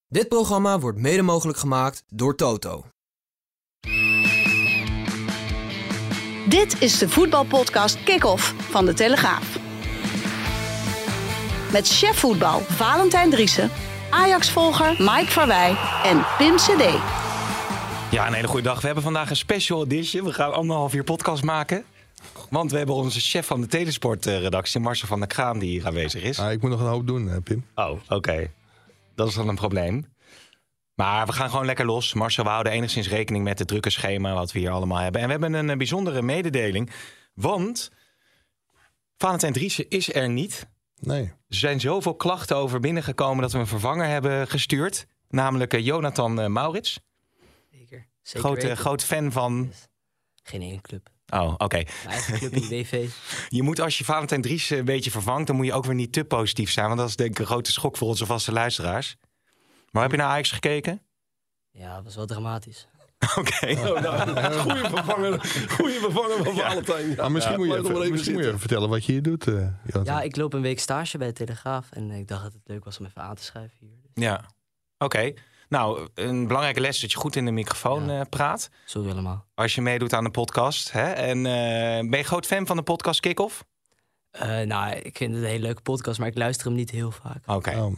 Dit programma wordt mede mogelijk gemaakt door Toto. Dit is de voetbalpodcast Kick-Off van De Telegraaf. Met chef voetbal Valentijn Driessen, Ajax-volger Mike Verwij en Pim CD. Ja, een hele goede dag. We hebben vandaag een special edition. We gaan 1,5 uur podcast maken. Want we hebben onze chef van de Telesport-redactie, Marcel van der Kraan, die hier aanwezig is. Ik moet nog een hoop doen, Pim. Oh, oké. Dat is dan een probleem. Maar we gaan gewoon lekker los. Marcel, we houden enigszins rekening met het drukke schema wat we hier allemaal hebben. En we hebben een bijzondere mededeling. Want Valentijn Driessen is er niet. Nee. Er zijn zoveel klachten over binnengekomen dat we een vervanger hebben gestuurd. Namelijk Jonathan Maurits. Zeker. Groot fan van... Geen ene club. Oh, oké. Mijn eigen club in de BV. Je moet, als je Valentijn Driessen een beetje vervangt, dan moet je ook weer niet te positief zijn. Want dat is denk ik een grote schok voor onze vaste luisteraars. Maar heb je naar Ajax gekeken? Ja, dat was wel dramatisch. Oké. Goeie vervanger van Valentijn. Ja, misschien moet je even vertellen wat je hier doet. Ja, ik loop een week stage bij de Telegraaf. En ik dacht dat het leuk was om even aan te schuiven hier. Dus. Ja, oké. Nou, een belangrijke les is dat je goed in de microfoon praat. Sorry allemaal. Als je meedoet aan de podcast. Hè? En ben je groot fan van de podcast Kick-Off? Nou, ik vind het een hele leuke podcast, maar ik luister hem niet heel vaak. Oké.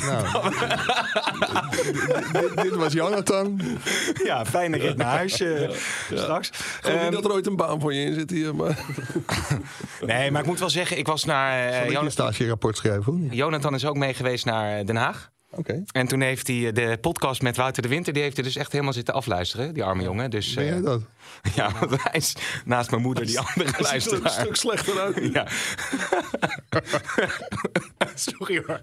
Dit was Jonathan. Ja, fijne rit naar huis straks. Ik geloof niet dat er ooit een baan voor je in zit hier. Maar... Nee, maar ik moet wel zeggen, ik was naar... Zal ik een stagerapport schrijven? Jonathan is ook mee geweest naar Den Haag. Oké. En toen heeft hij de podcast met Wouter de Winter, die heeft hij dus echt helemaal zitten afluisteren, die arme jongen. Dus, ben jij dat? Ja, want hij is naast mijn moeder die andere luisteraar. Ziet er een stuk slechter uit. Ja. Sorry hoor.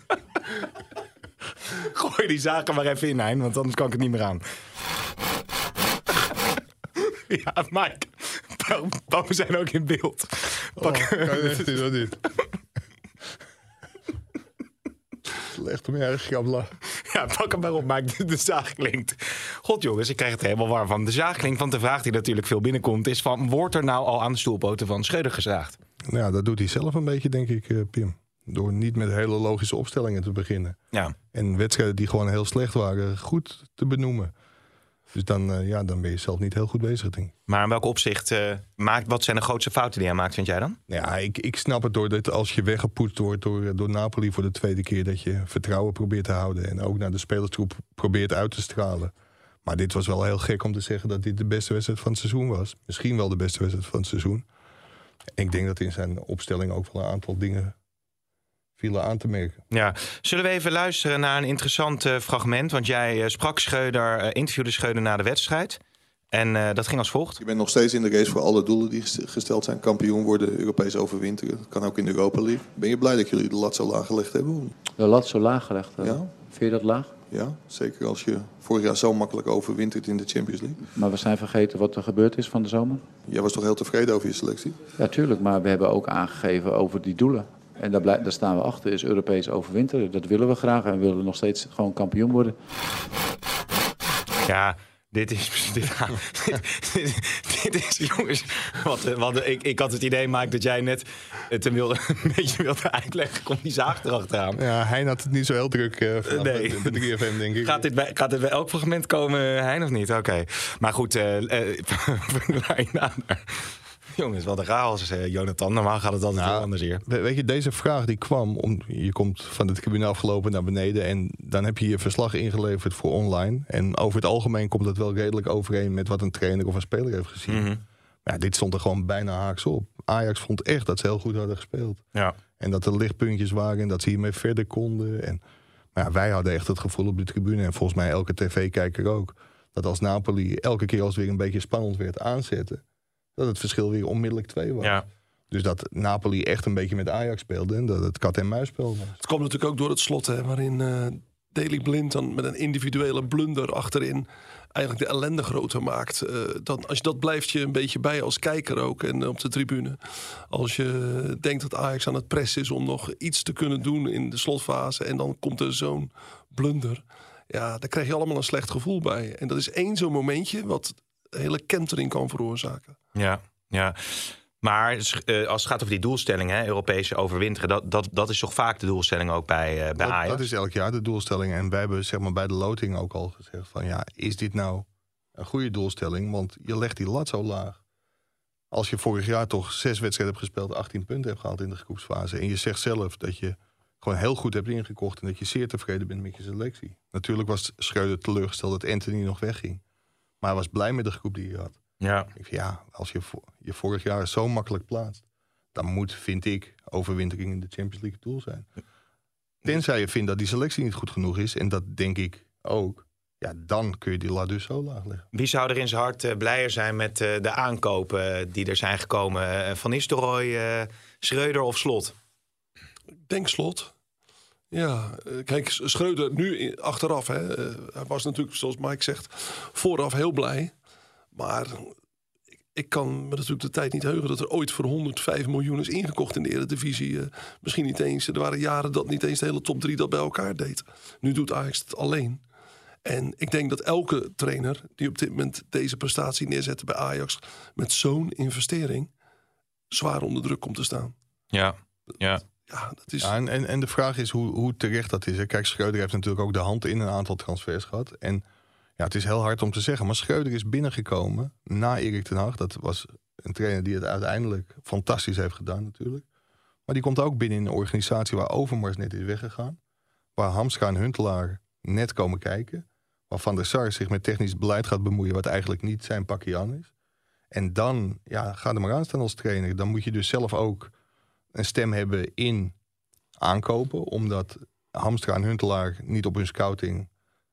Gooi die zaken maar even in, Hein, want anders kan ik het niet meer aan. Ja, Mike. We zijn ook in beeld. Kan je echt niet, niet. Slecht om je eigen grabbelen. Ja, pak hem maar op, Mike. De zaag klinkt. God jongens, ik krijg het er helemaal warm van. De zaag klinkt, want de vraag die natuurlijk veel binnenkomt is van... wordt er nou al aan de stoelpoten van Schreuder gezaagd? Ja, dat doet hij zelf een beetje, denk ik, Pim. Door niet met hele logische opstellingen te beginnen. Ja. En wedstrijden die gewoon heel slecht waren, goed te benoemen. Dus dan ben je zelf niet heel goed bezig, denk ik. Maar in welk opzicht wat zijn de grootste fouten die hij maakt, vind jij dan? Ja, ik snap het doordat als je weggepoetst wordt door Napoli voor de tweede keer... dat je vertrouwen probeert te houden en ook naar de spelersgroep probeert uit te stralen. Maar dit was wel heel gek om te zeggen dat dit de beste wedstrijd van het seizoen was. Misschien wel de beste wedstrijd van het seizoen. Ik denk dat in zijn opstelling ook wel een aantal dingen vielen aan te merken. Ja, zullen we even luisteren naar een interessant fragment? Want jij sprak Schreuder, interviewde Schreuder na de wedstrijd. En dat ging als volgt. Je bent nog steeds in de race voor alle doelen die gesteld zijn. Kampioen worden, Europees overwinteren. Dat kan ook in de Europa League. Ben je blij dat jullie de lat zo laag gelegd hebben? De lat zo laag gelegd hebben? Ja. Vind je dat laag? Ja, zeker als je vorig jaar zo makkelijk overwintert in de Champions League. Maar we zijn vergeten wat er gebeurd is van de zomer? Jij was toch heel tevreden over je selectie? Ja, tuurlijk. Maar we hebben ook aangegeven over die doelen. En daar staan we achter, is Europees overwinteren. Dat willen we graag en we willen nog steeds gewoon kampioen worden. Ja, dit is jongens. Ik had het idee, Mike, dat jij net het een beetje wilde uitleggen. Komt die zaag erachteraan. Ja, Hein had het niet zo heel druk bij 3FM, denk ik. Gaat dit bij elk fragment komen, Hein, of niet? Oké. Maar goed, jongens, wat een chaos, Jonathan. Normaal gaat het altijd heel anders hier. Weet je, deze vraag die kwam je komt van de tribune afgelopen naar beneden en dan heb je je verslag ingeleverd voor online. En over het algemeen komt dat wel redelijk overeen met wat een trainer of een speler heeft gezien. Mm-hmm. Maar ja, dit stond er gewoon bijna haaks op. Ajax vond echt dat ze heel goed hadden gespeeld. Ja. En dat er lichtpuntjes waren en dat ze hiermee verder konden. Maar ja, wij hadden echt het gevoel op de tribune en volgens mij elke tv-kijker ook, dat als Napoli elke keer als het weer een beetje spannend werd aanzetten, dat het verschil weer onmiddellijk 2 was. Ja. Dus dat Napoli echt een beetje met Ajax speelde en dat het kat-en-muisspel was. Het kwam natuurlijk ook door het slot, hè, waarin Daley Blind dan met een individuele blunder achterin eigenlijk de ellende groter maakt. Als je dat blijft je een beetje bij als kijker ook en op de tribune. Als je denkt dat Ajax aan het pressen is om nog iets te kunnen doen in de slotfase en dan komt er zo'n blunder. Ja, daar krijg je allemaal een slecht gevoel bij. En dat is één zo'n momentje wat hele kentering kan veroorzaken. Ja. Maar als het gaat over die doelstelling, hè, Europese overwinteren... dat is toch vaak de doelstelling ook bij Ajax? Dat is elk jaar de doelstelling. En wij hebben zeg maar, bij de loting ook al gezegd van... ja, is dit nou een goede doelstelling? Want je legt die lat zo laag. Als je vorig jaar toch 6 wedstrijden hebt gespeeld... 18 punten hebt gehaald in de groepsfase... en je zegt zelf dat je gewoon heel goed hebt ingekocht... en dat je zeer tevreden bent met je selectie. Natuurlijk was Schreuder teleurgesteld dat Anthony nog wegging. Maar hij was blij met de groep die je had. Ja. Als je vorig jaar zo makkelijk plaatst... dan moet, vind ik, overwintering in de Champions League het doel zijn. Tenzij je vindt dat die selectie niet goed genoeg is... en dat denk ik ook... ja, dan kun je die lat dus zo laag leggen. Wie zou er in zijn hart blijer zijn met de aankopen die er zijn gekomen? Van Nistelrooy, Schreuder of Slot? Ik denk Slot. Ja, kijk, Schreuder nu achteraf. Hè, hij was natuurlijk, zoals Mike zegt, vooraf heel blij. Maar ik kan me natuurlijk de tijd niet heugen... dat er ooit voor 105 miljoen is ingekocht in de Eredivisie. Misschien niet eens. Er waren jaren dat niet eens de hele top 3 dat bij elkaar deed. Nu doet Ajax het alleen. En ik denk dat elke trainer die op dit moment deze prestatie neerzet bij Ajax... met zo'n investering zwaar onder druk komt te staan. Ja. Ja, dat is... Ja, en de vraag is hoe terecht dat is. Hè? Kijk, Schreuder heeft natuurlijk ook de hand in een aantal transfers gehad. En ja, het is heel hard om te zeggen. Maar Schreuder is binnengekomen na Erik ten Hag. Dat was een trainer die het uiteindelijk fantastisch heeft gedaan natuurlijk. Maar die komt ook binnen in een organisatie waar Overmars net is weggegaan. Waar Hamstra en Huntelaar net komen kijken. Waar Van der Sar zich met technisch beleid gaat bemoeien... wat eigenlijk niet zijn pakje aan is. En dan, ja, ga er maar aan staan als trainer. Dan moet je dus zelf ook een stem hebben in aankopen. Omdat Hamstra en Huntelaar niet op hun scouting...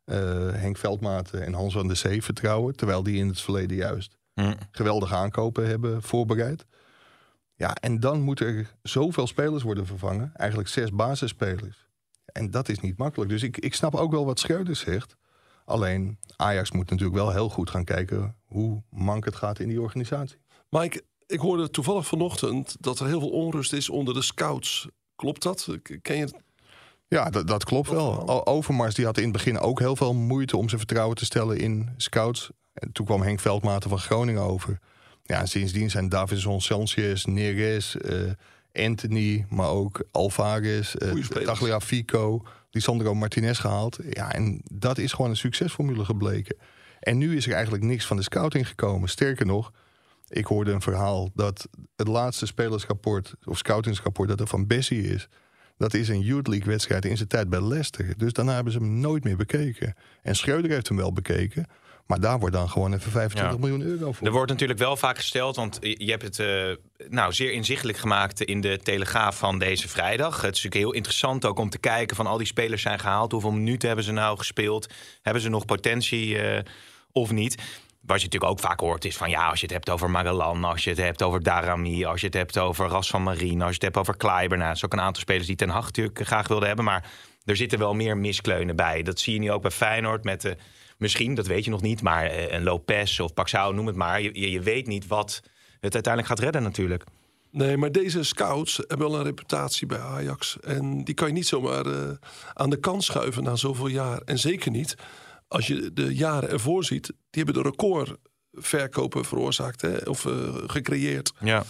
Henk Veldmaten en Hans van der Zee vertrouwen. Terwijl die in het verleden juist geweldige aankopen hebben voorbereid. Ja, en dan moeten er zoveel spelers worden vervangen. Eigenlijk 6 basisspelers. En dat is niet makkelijk. Dus ik snap ook wel wat Schreuder zegt. Alleen Ajax moet natuurlijk wel heel goed gaan kijken... hoe mank het gaat in die organisatie. Mike, ik hoorde toevallig vanochtend... dat er heel veel onrust is onder de scouts. Klopt dat? Ken je het? Ja, dat klopt wel. Overmars die had in het begin ook heel veel moeite... om zijn vertrouwen te stellen in scouts. En toen kwam Henk Veldmaten van Groningen over. Ja, en sindsdien zijn Davinson Sanchez, Neres... Anthony, maar ook Alvarez, Tagliafico, Lisandro Martinez gehaald. Ja, en dat is gewoon een succesformule gebleken. En nu is er eigenlijk niks van de scouting gekomen. Sterker nog, ik hoorde een verhaal dat het laatste spelersrapport... of scoutingsrapport dat er van Bessie is... dat is een Youth League wedstrijd in zijn tijd bij Leicester. Dus daarna hebben ze hem nooit meer bekeken. En Schreuder heeft hem wel bekeken... maar daar wordt dan gewoon even 25 miljoen euro voor. Er wordt natuurlijk wel vaak gesteld, want je hebt het zeer inzichtelijk gemaakt in de Telegraaf van deze vrijdag. Het is natuurlijk heel interessant ook om te kijken van al die spelers zijn gehaald. Hoeveel minuten hebben ze nou gespeeld? Hebben ze nog potentie of niet? Wat je natuurlijk ook vaak hoort is van ja, als je het hebt over Magellan, als je het hebt over Daramy, als je het hebt over Ras van Marien, als je het hebt over Kleiber. Nou, dat is ook een aantal spelers die Ten Hag natuurlijk graag wilden hebben, maar er zitten wel meer miskleunen bij. Dat zie je nu ook bij Feyenoord met de... Misschien, dat weet je nog niet, maar een Lopez of Paxao, noem het maar. Je weet niet wat het uiteindelijk gaat redden natuurlijk. Nee, maar deze scouts hebben wel een reputatie bij Ajax. En die kan je niet zomaar aan de kant schuiven na zoveel jaar. En zeker niet als je de jaren ervoor ziet. Die hebben de recordverkopen veroorzaakt, hè, of gecreëerd. Ja.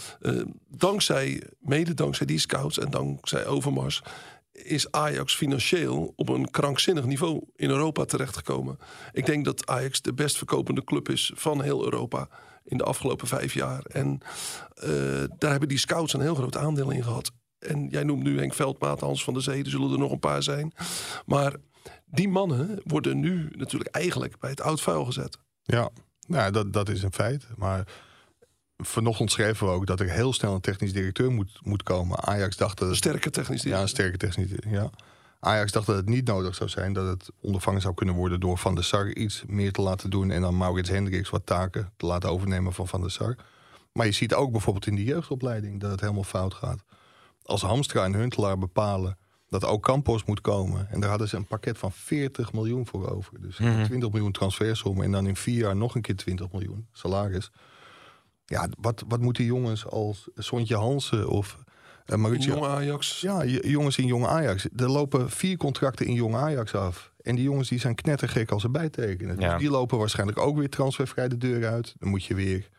Mede dankzij die scouts en dankzij Overmars... is Ajax financieel op een krankzinnig niveau in Europa terechtgekomen. Ik denk dat Ajax de best verkopende club is van heel Europa in de afgelopen 5 jaar. En daar hebben die scouts een heel groot aandeel in gehad. En jij noemt nu Henk Veldmaat, Hans van der Zee, er zullen er nog een paar zijn. Maar die mannen worden nu natuurlijk eigenlijk bij het oud vuil gezet. Ja, nou, dat is een feit. Maar vanochtend schreven we ook dat er heel snel een technisch directeur moet komen. Ajax dacht dat een sterke technisch directeur. Ja, een sterke technisch directeur. Ja. Ajax dacht dat het niet nodig zou zijn, dat het ondervangen zou kunnen worden door Van der Sar iets meer te laten doen en dan Maurits Hendricks wat taken te laten overnemen van der Sar. Maar je ziet ook bijvoorbeeld in de jeugdopleiding dat het helemaal fout gaat. Als Hamstra en Huntelaar bepalen dat ook Campos moet komen, en daar hadden ze een pakket van 40 miljoen voor over. Dus 20 miljoen transfersom en dan in 4 jaar nog een keer 20 miljoen salaris. Ja, wat moeten jongens als Sontje Hansen of Mauricio... Jonge Ajax. Ja, jongens in Jonge Ajax. Er lopen 4 contracten in Jonge Ajax af. En die jongens die zijn knettergek als ze bijtekenen. Ja. Dus die lopen waarschijnlijk ook weer transfervrij de deur uit. Dan moet je weer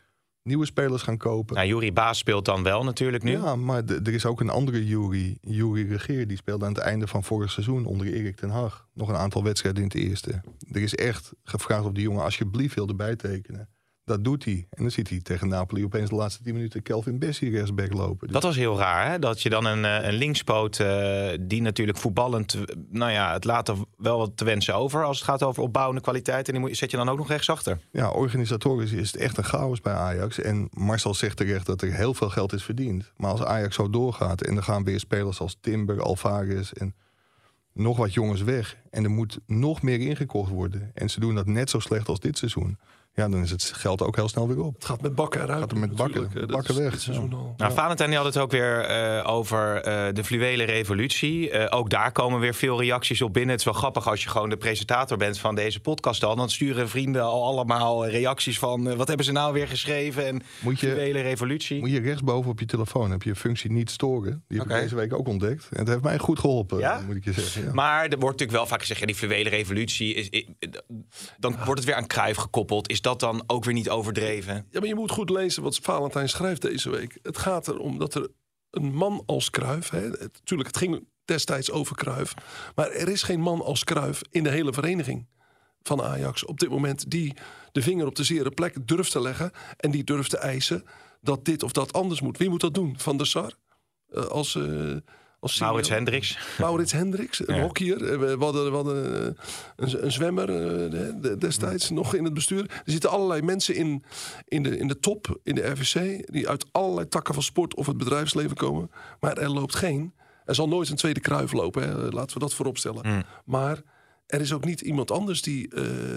nieuwe spelers gaan kopen. Nou, Juri Baas speelt dan wel natuurlijk nu. Ja, maar er is ook een andere Juri Regeer. Die speelde aan het einde van vorig seizoen onder Erik ten Hag nog een aantal wedstrijden in het eerste. Er is echt gevraagd of die jongen alsjeblieft wil erbij tekenen. Dat doet hij. En dan ziet hij tegen Napoli opeens de laatste 10 minuten Kelvin Bessie rechtsback lopen. Dus Dat was heel raar, hè? Dat je dan een linkspoot die natuurlijk voetballend... het laat er wel wat te wensen over als het gaat over opbouwende kwaliteit. En die zet je dan ook nog rechtsachter. Ja, organisatorisch is het echt een chaos bij Ajax. En Marcel zegt terecht dat er heel veel geld is verdiend. Maar als Ajax zo doorgaat en er gaan weer spelers als Timber, Alvarez en nog wat jongens weg. En er moet nog meer ingekocht worden. En ze doen dat net zo slecht als dit seizoen. Ja, dan is het geld ook heel snel weer op. Het gaat met bakken eruit. Gaat er met bakken weg. Nou, Valentijn die had het ook weer over de fluwele revolutie. Ook daar komen weer veel reacties op binnen. Het is wel grappig als je gewoon de presentator bent van deze podcast al. Dan sturen vrienden al allemaal reacties van... wat hebben ze nou weer geschreven? En fluwele revolutie. Moet je rechtsboven op je telefoon heb je een functie niet storen. Die heb ik deze week ook ontdekt. En het heeft mij goed geholpen, moet ik je zeggen. Ja. Maar er wordt natuurlijk wel vaak gezegd... die fluwele revolutie, dan wordt het weer aan Cruijff gekoppeld. Is dat dan ook weer niet overdreven? Ja, maar je moet goed lezen wat Valentijn schrijft deze week. Het gaat erom dat er een man als Cruijff... Natuurlijk, het ging destijds over Cruijff... maar er is geen man als Cruijff in de hele vereniging van Ajax... op dit moment die de vinger op de zere plek durft te leggen... en die durft te eisen dat dit of dat anders moet. Wie moet dat doen? Van der Sar? Als Maurits Hendricks. Maurits Hendricks, een hockeyer. We hadden een zwemmer destijds nog in het bestuur. Er zitten allerlei mensen in de top, in de RVC... die uit allerlei takken van sport of het bedrijfsleven komen. Maar er loopt er zal nooit een tweede Cruijff lopen. Hè. Laten we dat vooropstellen. Maar er is ook niet iemand anders die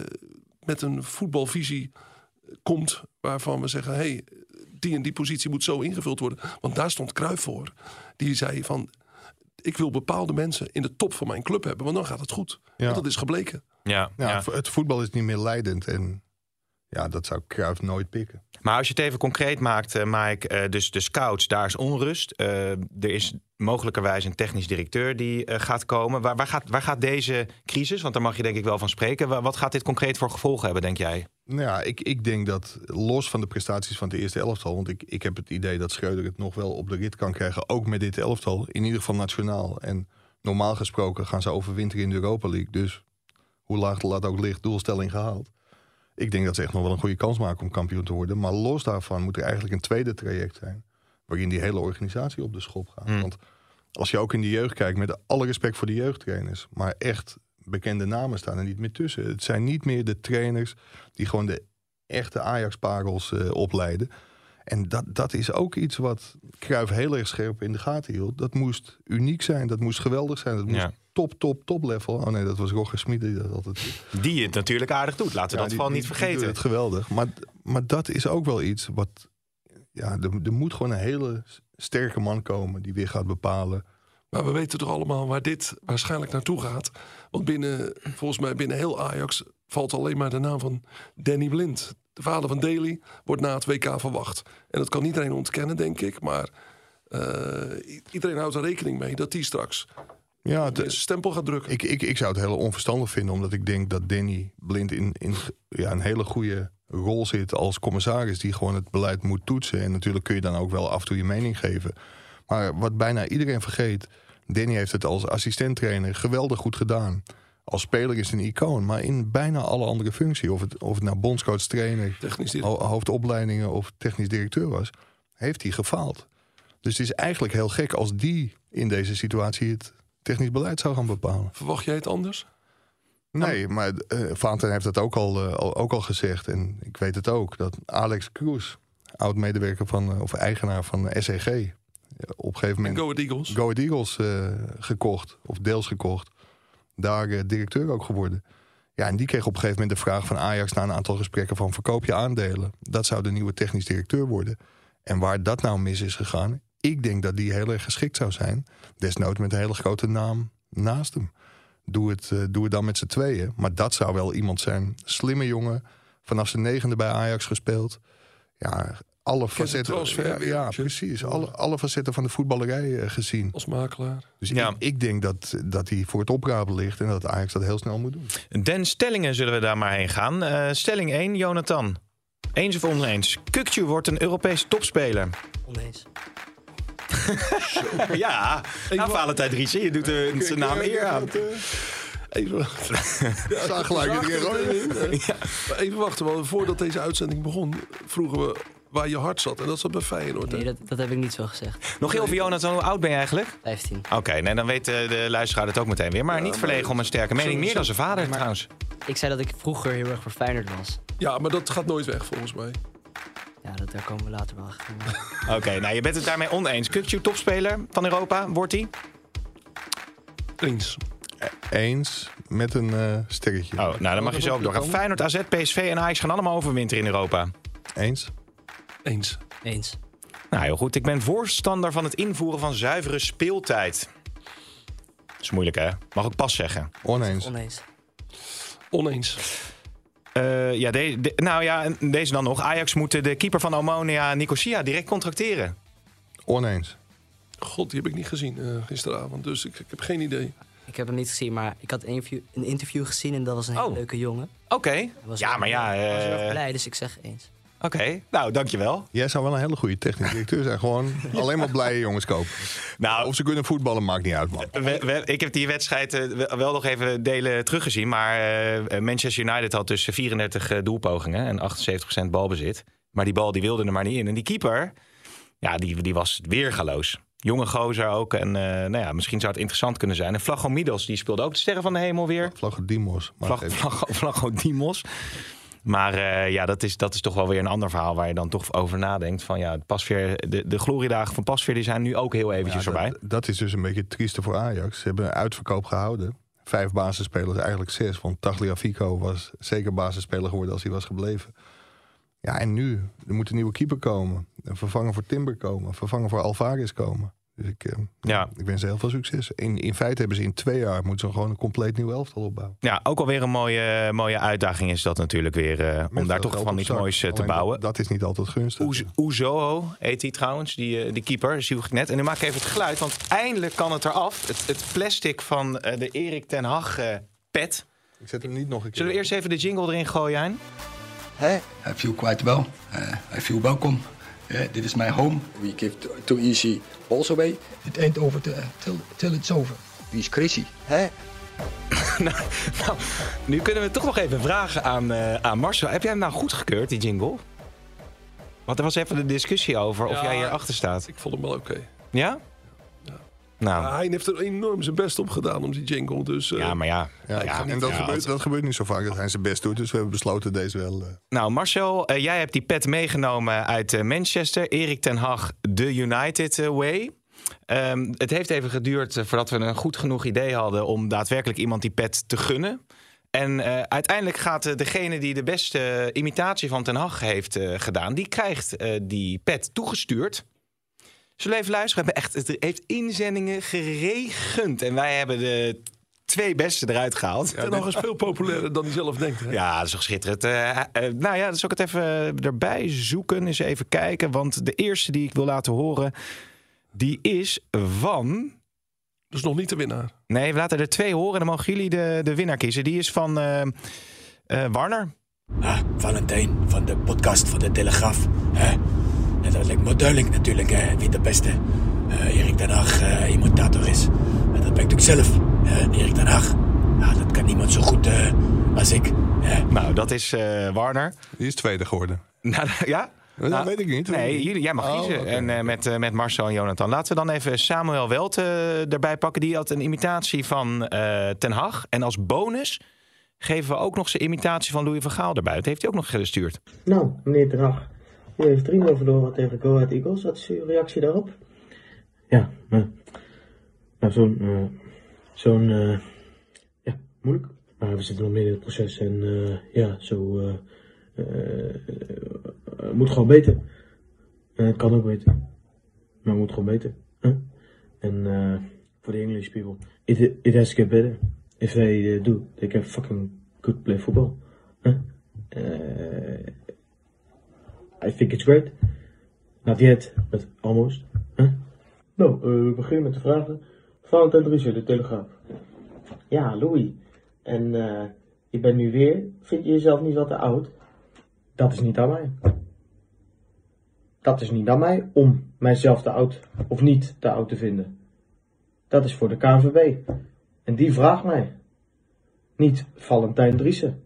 met een voetbalvisie komt... waarvan we zeggen, hey, die en die positie moet zo ingevuld worden. Want daar stond Cruijff voor. Die zei van... ik wil bepaalde mensen in de top van mijn club hebben, want dan gaat het goed. Ja. Want dat is gebleken. Ja. Het voetbal is niet meer leidend en dat zou Cruijff nooit pikken. Maar als je het even concreet maakt, Mike, dus de scouts, daar is onrust. Er is mogelijkerwijs een technisch directeur die gaat komen. Waar gaat deze crisis, want daar mag je denk ik wel van spreken... wat gaat dit concreet voor gevolgen hebben, denk jij? Nou ja, ik denk dat los van de prestaties van het eerste elftal... want ik heb het idee dat Schreuder het nog wel op de rit kan krijgen... ook met dit elftal, in ieder geval nationaal. En normaal gesproken gaan ze overwinteren in de Europa League. Dus hoe laag laat ook ligt, doelstelling gehaald. Ik denk dat ze echt nog wel een goede kans maken om kampioen te worden. Maar los daarvan moet er eigenlijk een tweede traject zijn... waarin die hele organisatie op de schop gaat. Want als je ook in de jeugd kijkt, met alle respect voor de jeugdtrainers... maar echt bekende namen staan er niet meer tussen. Het zijn niet meer de trainers die gewoon de echte Ajax-parels opleiden. En dat is ook iets wat Cruijff heel erg scherp in de gaten hield. Dat moest uniek zijn, dat moest geweldig zijn. Dat moest top level. Oh nee, dat was Roger Smit die dat altijd... Die het natuurlijk aardig doet, laten we dat vooral niet vergeten. Die doet het geweldig. Maar dat is ook wel iets wat... Ja, er moet gewoon een hele sterke man komen die weer gaat bepalen... Maar we weten toch allemaal waar dit waarschijnlijk naartoe gaat. Want volgens mij binnen heel Ajax valt alleen maar de naam van Danny Blind. De vader van Daley wordt na het WK verwacht. En dat kan iedereen ontkennen, denk ik. Maar iedereen houdt er rekening mee dat die straks zijn stempel gaat drukken. Ik zou het heel onverstandig vinden, omdat ik denk dat Danny Blind in een hele goede rol zit als commissaris die gewoon het beleid moet toetsen. En natuurlijk kun je dan ook wel af en toe je mening geven. Maar wat bijna iedereen vergeet... Danny heeft het als assistenttrainer geweldig goed gedaan. Als speler is hij een icoon. Maar in bijna alle andere functies... of het nou bondscoach, trainer, hoofdopleidingen... of technisch directeur was... heeft hij gefaald. Dus het is eigenlijk heel gek als die in deze situatie... het technisch beleid zou gaan bepalen. Verwacht jij het anders? Nee, maar Valentijn heeft dat ook al gezegd. En ik weet het ook. Dat Alex Cruz, oud-medewerker of eigenaar van SEG... op een gegeven moment Go Ahead Eagles gekocht, of deels gekocht. Daar directeur ook geworden. Ja, en die kreeg op een gegeven moment de vraag van Ajax... na een aantal gesprekken van verkoop je aandelen. Dat zou de nieuwe technisch directeur worden. En waar dat nou mis is gegaan... ik denk dat die heel erg geschikt zou zijn. Desnoods met een hele grote naam naast hem. Doe het dan met z'n tweeën. Maar dat zou wel iemand zijn. Slimme jongen, vanaf zijn 9e bij Ajax gespeeld. Ja... alle facetten, precies. Alle facetten van de voetballerij gezien. Als makelaar. Dus ik denk dat hij voor het oprapen ligt... en dat Ajax dat heel snel moet doen. Den stellingen zullen we daar maar heen gaan. Stelling 1, Jonathan. Eens of oneens? Kukçu wordt een Europese topspeler. Oneens. Ja, nou Valentijn Driessen, je doet zijn naam eer aan. Even Even wachten, want voordat deze uitzending begon, vroegen we waar je hart zat. En dat zat bij Feyenoord. Nee, dat heb ik niet zo gezegd. Nog heel veel, Jonathan, hoe oud ben je eigenlijk? 15. Oké, nee, dan weet de luisteraar het ook meteen weer. Maar niet verlegen om een sterke mening. Meer dan zijn vader trouwens. Ik zei dat ik vroeger heel erg voor Feyenoord was. Ja, maar dat gaat nooit weg volgens mij. Ja, daar komen we later wel achter. Oké, nou je bent het daarmee oneens. Kukçu topspeler van Europa, wordt hij? Eens met een sterretje. Oh, nou dan mag je zo ook doorgaan. Feyenoord, AZ, PSV en Ajax gaan allemaal overwinteren in Europa. Eens. Eens. Nou, heel goed. Ik ben voorstander van het invoeren van zuivere speeltijd. Dat is moeilijk, hè? Mag ik pas zeggen. Oneens. Deze dan nog. Ajax moet de keeper van Omonia Nicosia direct contracteren. Oneens. God, die heb ik niet gezien gisteravond, dus ik heb geen idee. Ik heb hem niet gezien, maar ik had een interview gezien en dat was een hele leuke jongen. Oké. Hij was erg blij, dus ik zeg eens. Oké, nou dankjewel. Jij zou wel een hele goede technisch directeur zijn. Gewoon alleen maar blije jongens kopen. Nou, of ze kunnen voetballen, maakt niet uit, man. Ik heb die wedstrijd wel nog even delen teruggezien. Maar Manchester United had dus 34 doelpogingen en 78% balbezit. Maar die bal die wilde er maar niet in. En die keeper, ja, die was weergaloos. Jonge gozer ook. En misschien zou het interessant kunnen zijn. En Vlachodimos, die speelde ook de Sterren van de Hemel weer. Vlachodimos. Maar dat is toch wel weer een ander verhaal waar je dan toch over nadenkt. Van ja, de gloriedagen van Pasveer die zijn nu ook heel eventjes voorbij. Dat is dus een beetje trieste voor Ajax. Ze hebben een uitverkoop gehouden. 5 basisspelers, eigenlijk 6. Want Tagliafico was zeker basisspeler geworden als hij was gebleven. Ja, en nu, er moet een nieuwe keeper komen. Een vervanger voor Timber komen. Een vervanger voor Alvarez komen. Dus ik wens ze heel veel succes. In feite hebben ze in 2 jaar moeten ze gewoon een compleet nieuw elftal opbouwen. Ja, ook alweer een mooie uitdaging is dat natuurlijk weer. Om daar toch van iets moois te bouwen. Dat is niet altijd gunstig. Oezoho heet hij trouwens, die keeper, zie ik net. En nu maak ik even het geluid, want eindelijk kan het eraf. Het plastic van de Erik ten Hag pet. Ik zet hem niet nog een keer. Zullen we eerst even de jingle erin gooien, Hein? Hey, I feel quite well. I feel welcome. Dit is my home. We give too easy balls away. It ain't over till it's over. Wie is crazy? Hè? nou, nu kunnen we toch nog even vragen aan Marcel. Heb jij hem nou goedgekeurd, die jingle? Want er was even de discussie over of jij hierachter staat. Ik vond hem wel oké. Ja? Nou. Ja, hij heeft er enorm zijn best op gedaan om die jingle. Dus, en dat gebeurt niet zo vaak dat hij zijn best doet. Dus we hebben besloten deze wel... Nou, Marcel, jij hebt die pet meegenomen uit Manchester. Erik ten Hag, The United Way. Het heeft even geduurd voordat we een goed genoeg idee hadden om daadwerkelijk iemand die pet te gunnen. En uiteindelijk gaat degene die de beste imitatie van ten Hag heeft gedaan, die krijgt die pet toegestuurd. Zullen we even luisteren? Het heeft inzendingen geregend. En wij hebben de 2 beste eruit gehaald. Ten Hag is veel populairder dan hij zelf denkt. Hè? Ja, dat is toch schitterend. Dan zal ik het even erbij zoeken. Eens even kijken. Want de eerste die ik wil laten horen, die is van... Dus nog niet de winnaar? Nee, we laten er 2 horen. En dan mogen jullie de winnaar kiezen. Die is van Warner. Valentijn van de podcast van de Telegraaf. Dat lijkt me duidelijk natuurlijk wie de beste Erik ten Hag imitator is. Dat ben ik natuurlijk zelf, Erik ten Hag. Dat kan niemand zo goed als ik. Nou, dat is Warner. Die is tweede geworden. Ja? Dat weet ik niet. Nee, jij mag kiezen. Okay. En met Marcel en Jonathan. Laten we dan even Samuel Welt erbij pakken. Die had een imitatie van ten Hag. En als bonus geven we ook nog zijn imitatie van Louis van Gaal erbij. Dat heeft hij ook nog gestuurd. Nou, meneer ten Hag. U heeft 3-0 verloren tegen Go Ahead Eagles. Wat is uw reactie daarop? Ja, moeilijk. Maar we zitten nog midden in het proces en moet gewoon beter. Het kan ook beter. Maar het moet gewoon beter. En voor de English people, it has to get better. If they do, they can fucking good play football. I think it's great. Not yet, but almost. Nou, we beginnen met de vragen. Valentijn Driessen, de Telegraaf. Ja, Louis. En je bent nu weer. Vind je jezelf niet wat te oud? Dat is niet aan mij. Dat is niet aan mij om mijzelf te oud of niet te oud te vinden. Dat is voor de KNVB. En die vraagt mij. Niet Valentijn Driessen.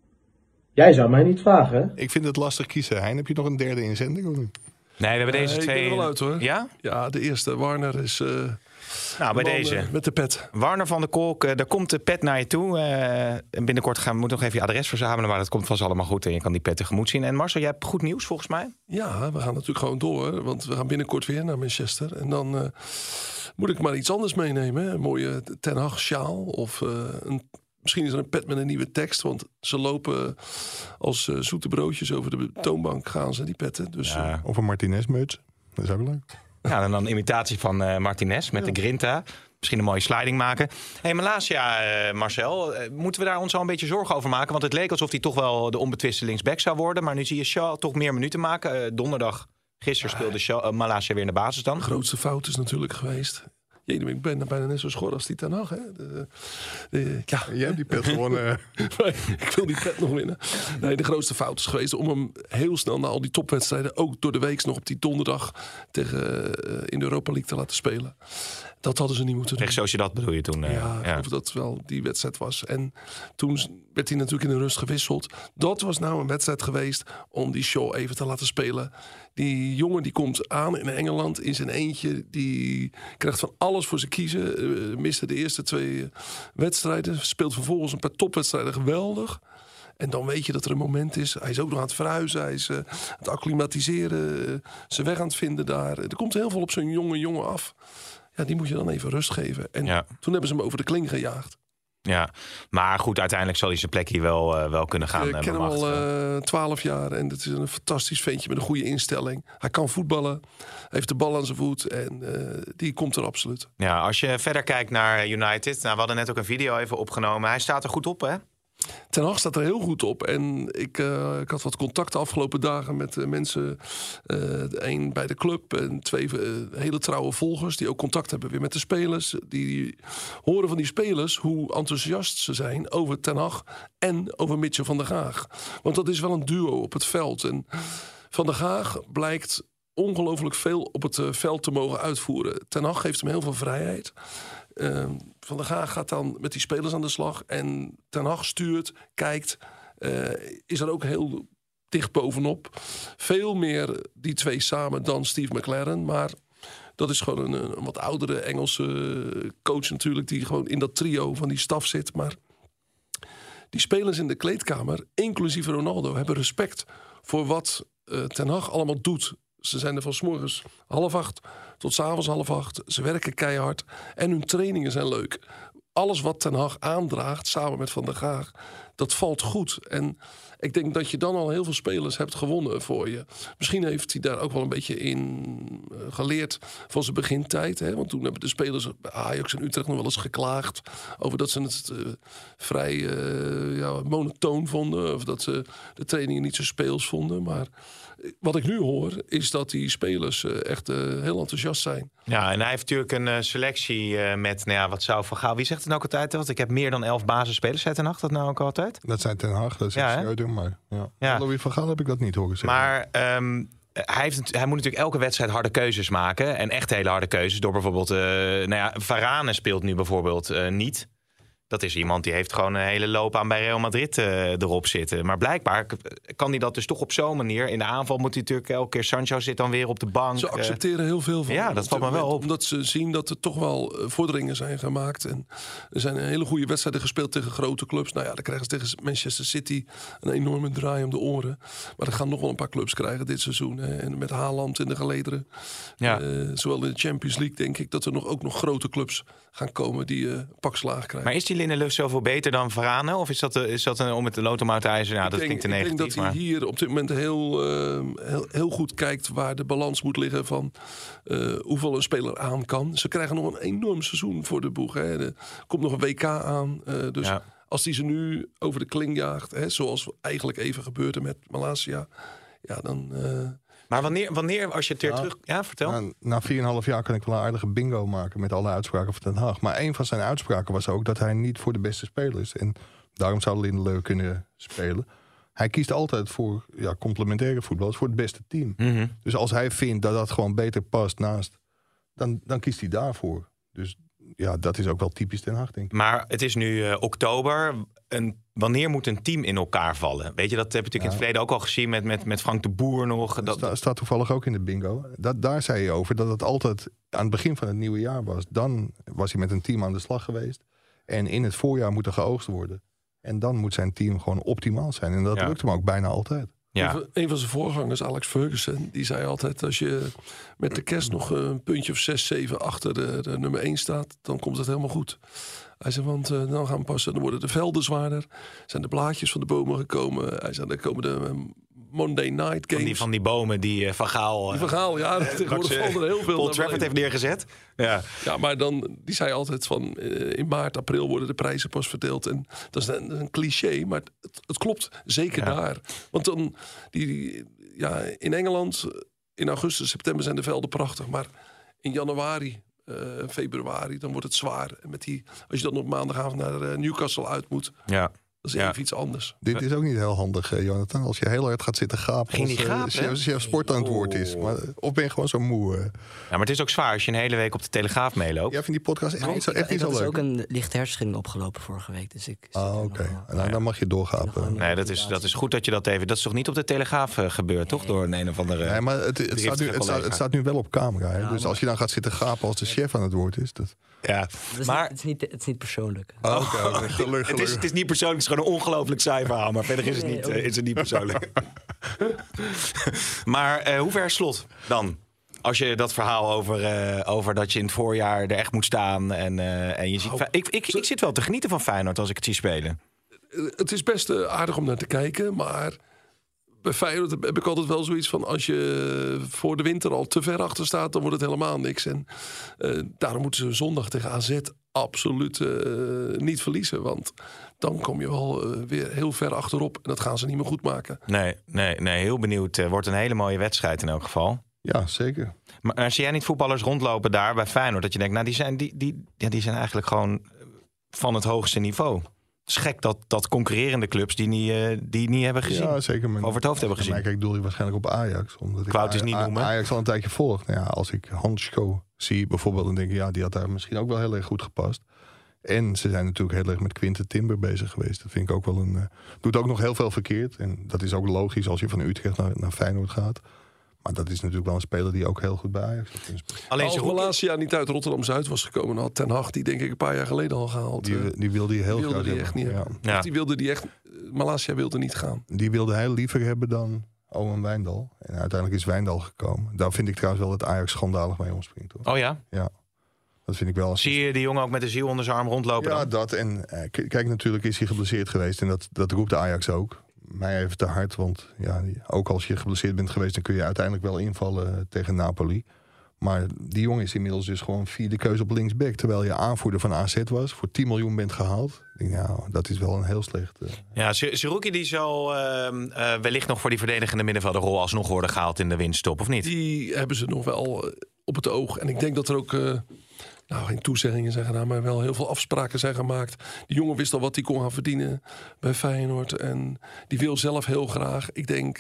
Jij zou mij niet vragen, hè? Ik vind het lastig kiezen. Hein, heb je nog een derde inzending of niet? Nee, we hebben deze twee... Ik ben er wel uit, hoor. Ja? Ja, de eerste. Warner is... Nou, bij deze. Met de pet. Warner van der Kolk, daar komt de pet naar je toe. En binnenkort we nog even je adres verzamelen. Maar dat komt vast allemaal goed en je kan die pet tegemoet zien. En Marcel, jij hebt goed nieuws volgens mij? Ja, we gaan natuurlijk gewoon door. Want we gaan binnenkort weer naar Manchester. En dan moet ik maar iets anders meenemen. Hè? Een mooie Ten Hag sjaal. Of misschien is er een pet met een nieuwe tekst. Want ze lopen als zoete broodjes over de toonbank gaan ze, die petten. Dus, Ja. Of een Martinez-muts. Dat is ook leuk. Ja, en dan een imitatie van Martinez met de grinta. Misschien een mooie sliding maken. Hey, Malacia, Marcel, moeten we daar ons al een beetje zorgen over maken? Want het leek alsof hij toch wel de onbetwiste linksback zou worden. Maar nu zie je Shaw toch meer minuten maken. Donderdag, gisteren speelde Malacia weer in de basis dan. De grootste fout is natuurlijk geweest... Ik ben bijna net zo schor als die Ten Hag. Hè? Ja. Jij hebt die pet gewonnen. Ik wil die pet nog winnen. Nee, de grootste fout is geweest om hem heel snel na al die topwedstrijden... ook door de week nog op die donderdag in de Europa League te laten spelen. Dat hadden ze niet moeten doen. Tegen Sociedad bedoel je toen? Ik geloof dat wel die wedstrijd was. En toen werd hij natuurlijk in de rust gewisseld. Dat was nou een wedstrijd geweest om die Shaw even te laten spelen. Die jongen die komt aan in Engeland in zijn eentje. Die krijgt van alles voor zijn kiezen. Miste de eerste 2 wedstrijden. Speelt vervolgens een paar topwedstrijden geweldig. En dan weet je dat er een moment is. Hij is ook nog aan het verhuizen. Hij is aan het acclimatiseren. Zijn weg aan het vinden daar. Er komt heel veel op zo'n jongen af. Ja, die moet je dan even rust geven. En toen hebben ze hem over de kling gejaagd. Ja, maar goed, uiteindelijk zal hij zijn plek hier wel kunnen gaan. Ik ken hem al 12 jaar en het is een fantastisch ventje met een goede instelling. Hij kan voetballen, heeft de bal aan zijn voet en die komt er absoluut. Ja, als je verder kijkt naar United, we hadden net ook een video even opgenomen. Hij staat er goed op, hè? Ten Hag staat er heel goed op. En ik had wat contact de afgelopen dagen met mensen. Eén bij de club en 2 hele trouwe volgers... die ook contact hebben weer met de spelers. Die horen van die spelers hoe enthousiast ze zijn over Ten Hag... en over Mitchell van der Gaag. Want dat is wel een duo op het veld. En Van der Gaag blijkt ongelooflijk veel op het veld te mogen uitvoeren. Ten Hag geeft hem heel veel vrijheid... Van der Gaag gaat dan met die spelers aan de slag. En Ten Hag stuurt, kijkt. Is er ook heel dicht bovenop. Veel meer die 2 samen dan Steve McLaren. Maar dat is gewoon een wat oudere Engelse coach natuurlijk. Die gewoon in dat trio van die staf zit. Maar die spelers in de kleedkamer, inclusief Ronaldo... hebben respect voor wat Ten Hag allemaal doet. Ze zijn er van 's morgens 7:30 tot 's avonds 7:30. Ze werken keihard en hun trainingen zijn leuk. Alles wat Ten Hag aandraagt, samen met Van der Gaag, dat valt goed. En ik denk dat je dan al heel veel spelers hebt gewonnen voor je. Misschien heeft hij daar ook wel een beetje in geleerd van zijn begintijd. Hè? Want toen hebben de spelers bij Ajax en Utrecht nog wel eens geklaagd... over dat ze het vrij monotoon vonden... of dat ze de trainingen niet zo speels vonden. Maar wat ik nu hoor, is dat die spelers echt heel enthousiast zijn. Ja, en hij heeft natuurlijk een selectie met, wat zou Van Gaal... Wie zegt het nou ook altijd? Want ik heb meer dan 11 basisspelers. Zei Ten Hag dat nou ook altijd? Dat zijn Ten Hag, dat is Schreuder, maar Louis van Gaal heb ik dat niet horen zeggen. Maar hij moet natuurlijk elke wedstrijd harde keuzes maken. En echt hele harde keuzes. Door bijvoorbeeld, Varane speelt nu bijvoorbeeld niet. Dat is iemand die heeft gewoon een hele loop aan bij Real Madrid erop zitten. Maar blijkbaar kan hij dat dus toch op zo'n manier. In de aanval moet hij natuurlijk elke keer... Sancho zit dan weer op de bank. Ze accepteren heel veel van hem. Dat valt me wel op. Omdat ze zien dat er toch wel vorderingen zijn gemaakt. En er zijn hele goede wedstrijden gespeeld tegen grote clubs. Nou ja, dan krijgen ze tegen Manchester City een enorme draai om de oren. Maar er gaan nog wel een paar clubs krijgen dit seizoen. Hè. En met Haaland in de gelederen. Ja. Zowel in de Champions League denk ik dat er ook nog grote clubs gaan komen die pak slaag krijgen. Maar is die Lindelöf zoveel beter dan Varane? Of is dat om het loodom uit te ijzer? Nou, dat klinkt te negatief. Ik denk dat hij hier op dit moment heel goed kijkt waar de balans moet liggen van hoeveel een speler aan kan. Ze krijgen nog een enorm seizoen voor de boeg. Hè. Er komt nog een WK aan. Dus als hij ze nu over de kling jaagt, hè, zoals eigenlijk even gebeurde met Malacia, dan... Maar wanneer als je het weer terug... Ja, vertel. Na 4,5 jaar kan ik wel een aardige bingo maken met alle uitspraken van Ten Hag. Maar een van zijn uitspraken was ook dat hij niet voor de beste speler is. En daarom zou Lindelöf kunnen spelen. Hij kiest altijd voor complementaire voetballers, voor het beste team. Mm-hmm. Dus als hij vindt dat dat gewoon beter past naast, dan kiest hij daarvoor. Dus ja, dat is ook wel typisch Den Haag, denk ik. Maar het is nu oktober. Wanneer moet een team in elkaar vallen? Weet je, dat heb je natuurlijk in het verleden ook al gezien met Frank de Boer nog. Dat staat toevallig ook in de bingo. Daar zei je over dat het altijd aan het begin van het nieuwe jaar was. Dan was hij met een team aan de slag geweest. En in het voorjaar moet er geoogst worden. En dan moet zijn team gewoon optimaal zijn. En dat lukt hem ook bijna altijd. Ja. Een van zijn voorgangers, Alex Ferguson, die zei altijd: als je met de kerst nog een puntje of 6, 7 achter de nummer 1 staat, dan komt het helemaal goed. Hij zei, want dan gaan passen, dan worden de velden zwaarder, zijn de blaadjes van de bomen gekomen. Hij zei, dan komen de Monday Night Games. Van die bomen die Van Gaal... Die Van Gaal, ja, tegenwoordig valt er heel veel. Paul Trafford heeft neergezet. Ja, maar die zei altijd van in maart, april worden de prijzen pas verdeeld. En dat is een cliché, maar het klopt zeker daar. Want dan, in Engeland, in augustus, september zijn de velden prachtig. Maar in januari, februari, dan wordt het zwaar. En als je dan op maandagavond naar Newcastle uit moet... Ja. Dat is even iets anders. Dit is ook niet heel handig, Jonathan. Als je heel hard gaat zitten gapen. Als chef sport aan het woord is. Of ben je gewoon zo moe? Ja, maar het is ook zwaar als je een hele week op de Telegraaf meeloopt. Ja, vind die podcast echt niet zo leuk. Ik had ook een lichte hersenschudding opgelopen vorige week. Dus oké. Dan mag je doorgapen. Nee, dat is goed dat je dat even... Dat is toch niet op de Telegraaf gebeurd, toch? Door een of andere... Nee, maar het staat nu wel op camera. Hè? Dus als je dan gaat zitten gapen als de chef aan het woord is... Ja, maar het is niet persoonlijk. Oké, gelukkig. Het is niet persoonlijk, het is gewoon een ongelooflijk saai verhaal. Maar verder is het niet persoonlijk. Maar hoe ver is Slot dan? Als je dat verhaal over dat je in het voorjaar er echt moet staan. En je ziet... Ik zit wel te genieten van Feyenoord als ik het zie spelen. Het is best aardig om naar te kijken, maar... Bij Feyenoord heb ik altijd wel zoiets van... als je voor de winter al te ver achter staat... dan wordt het helemaal niks. En daarom moeten ze zondag tegen AZ absoluut niet verliezen. Want dan kom je wel weer heel ver achterop. En dat gaan ze niet meer goed maken. Nee, heel benieuwd. Wordt een hele mooie wedstrijd in elk geval. Ja, zeker. Maar zie jij niet voetballers rondlopen daar bij Feyenoord... dat je denkt, nou die zijn eigenlijk gewoon van het hoogste niveau... Het is gek dat concurrerende clubs die niet hebben gezien. Ja, zeker. Over het hoofd hebben gezien. Maar ik doel je waarschijnlijk op Ajax. Omdat ik wou het dus niet noemen. Ajax al een tijdje volgt. Nou ja, als ik Hansko zie bijvoorbeeld, dan denk ik... die had daar misschien ook wel heel erg goed gepast. En ze zijn natuurlijk heel erg met Quinten Timber bezig geweest. Dat vind ik ook wel doet ook nog heel veel verkeerd. En dat is ook logisch als je van Utrecht naar Feyenoord gaat. Maar dat is natuurlijk wel een speler die ook heel goed bij Ajax is. Alleen als Malasia niet uit Rotterdam-Zuid was gekomen... dan had Ten Hag die denk ik een paar jaar geleden al gehaald. Die wilde hij heel graag hebben. Echt niet hebben. Ja. Die wilde die echt... Malasia wilde niet gaan. Die wilde hij liever hebben dan Owen Wijndal. En uiteindelijk is Wijndal gekomen. Daar vind ik trouwens wel dat Ajax schandalig mee omspringt. Hoor. Oh ja? Ja. Dat vind ik wel. Zie je die jongen ook met de ziel onder zijn arm rondlopen? Ja, dan? Dat. En kijk, natuurlijk is hij geblesseerd geweest. En dat roept de Ajax ook. Mij even te hard, want ook als je geblesseerd bent geweest... dan kun je uiteindelijk wel invallen tegen Napoli. Maar die jongen is inmiddels dus gewoon 4e keuze op linksback... terwijl je aanvoerder van AZ was, voor 10 miljoen bent gehaald. Ik denk, dat is wel een heel slecht... Ja, Seruki die zal wellicht nog voor die verdedigende middenvelderrol... alsnog worden gehaald in de winststop, of niet? Die hebben ze nog wel op het oog. En ik denk dat er ook... geen toezeggingen zijn gedaan, maar wel heel veel afspraken zijn gemaakt. Die jongen wist al wat hij kon gaan verdienen bij Feyenoord. En die wil zelf heel graag. Ik denk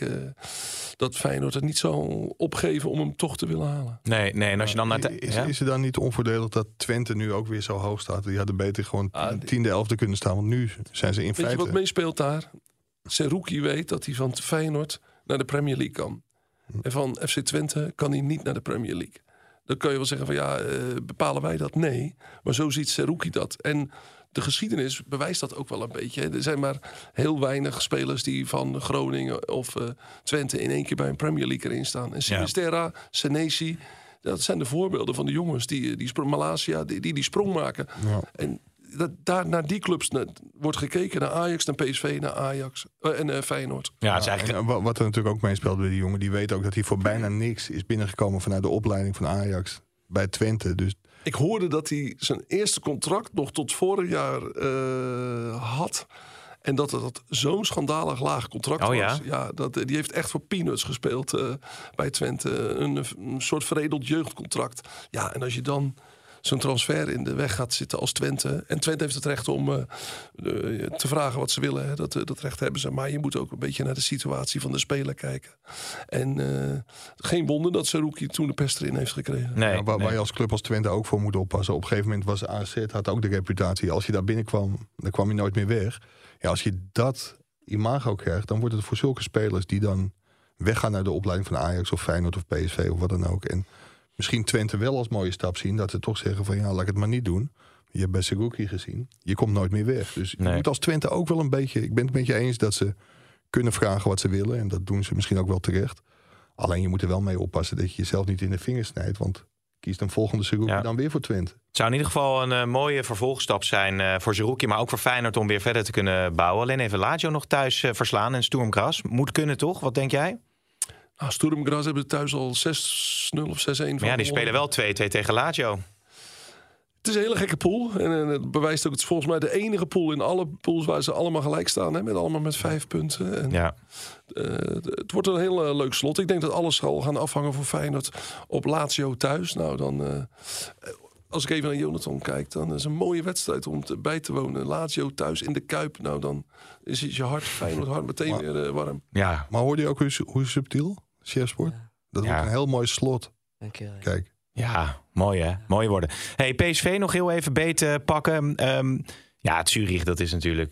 dat Feyenoord het niet zal opgeven om hem toch te willen halen. Nee, en als je dan naar is het dan niet onvoordelig dat Twente nu ook weer zo hoog staat? Die hadden beter gewoon 10e, 11e kunnen staan. Want nu zijn ze in feite... Weet je wat meespeelt daar? Seruki weet dat hij van Feyenoord naar de Premier League kan. En van FC Twente kan hij niet naar de Premier League. Dan kun je wel zeggen van bepalen wij dat? Nee. Maar zo ziet Seruki dat. En de geschiedenis bewijst dat ook wel een beetje. Er zijn maar heel weinig spelers die van Groningen of Twente... in één keer bij een Premier League erin staan. En Sinisterra, Senesi, dat zijn de voorbeelden van de jongens... die Malasia, die sprong maken. Ja. En naar die clubs wordt gekeken. Naar Ajax, naar PSV, naar Ajax en Feyenoord. Ja, het is eigenlijk... Wat er natuurlijk ook meespeelt bij die jongen... die weet ook dat hij voor bijna niks is binnengekomen... vanuit de opleiding van Ajax bij Twente. Dus... Ik hoorde dat hij zijn eerste contract nog tot vorig jaar had... En dat het zo'n schandalig laag contract was. Ja, die heeft echt voor peanuts gespeeld bij Twente. Een soort veredeld jeugdcontract. Ja, en als je dan zo'n transfer in de weg gaat zitten als Twente. En Twente heeft het recht om te vragen wat ze willen. Hè. Dat recht hebben ze. Maar je moet ook een beetje naar de situatie van de speler kijken. En geen wonder dat Zerouki toen de pest erin heeft gekregen. Nee, waar je als club als Twente ook voor moet oppassen. Op een gegeven moment was AZ, had ook de reputatie. Als je daar binnenkwam, dan kwam je nooit meer weg. Ja, als je dat imago krijgt, dan wordt het voor zulke spelers die dan weggaan naar de opleiding van Ajax of Feyenoord of PSV of wat dan ook. En misschien Twente wel als mooie stap zien. Dat ze toch zeggen van laat ik het maar niet doen. Je hebt bij Zerouki gezien. Je komt nooit meer weg. Dus je moet als Twente ook wel een beetje... Ik ben het met je eens dat ze kunnen vragen wat ze willen. En dat doen ze misschien ook wel terecht. Alleen je moet er wel mee oppassen dat je jezelf niet in de vingers snijdt. Want kiest een volgende Zerouki dan weer voor Twente. Het zou in ieder geval een mooie vervolgstap zijn voor Zerouki. Maar ook voor Feyenoord om weer verder te kunnen bouwen. Alleen even Lazio nog thuis verslaan. En Sturm Graz moet kunnen toch? Wat denk jij? Nou, Sturm Graz hebben thuis al 6-0 of 6-1. Maar die spelen wel 2-2 tegen Lazio. Het is een hele gekke pool. En het bewijst ook, het is volgens mij de enige pool in alle pools waar ze allemaal gelijk staan. Hè, allemaal met 5 punten. En, het wordt een heel leuk slot. Ik denk dat alles zal gaan afhangen voor Feyenoord op Lazio thuis. Nou, dan... als ik even naar Jonathan kijk, dan is het een mooie wedstrijd om bij te wonen. Lazio thuis in de Kuip. Nou, dan is je hart, Feyenoord hart meteen weer warm. Ja. Maar hoorde je ook hoe subtiel, Chefsport? Ja. Dat wordt een heel mooi slot. Dank je wel. Kijk. Ja, mooi hè. Mooie woorden. Hey, PSV nog heel even beet pakken. Het Zurich, dat is natuurlijk...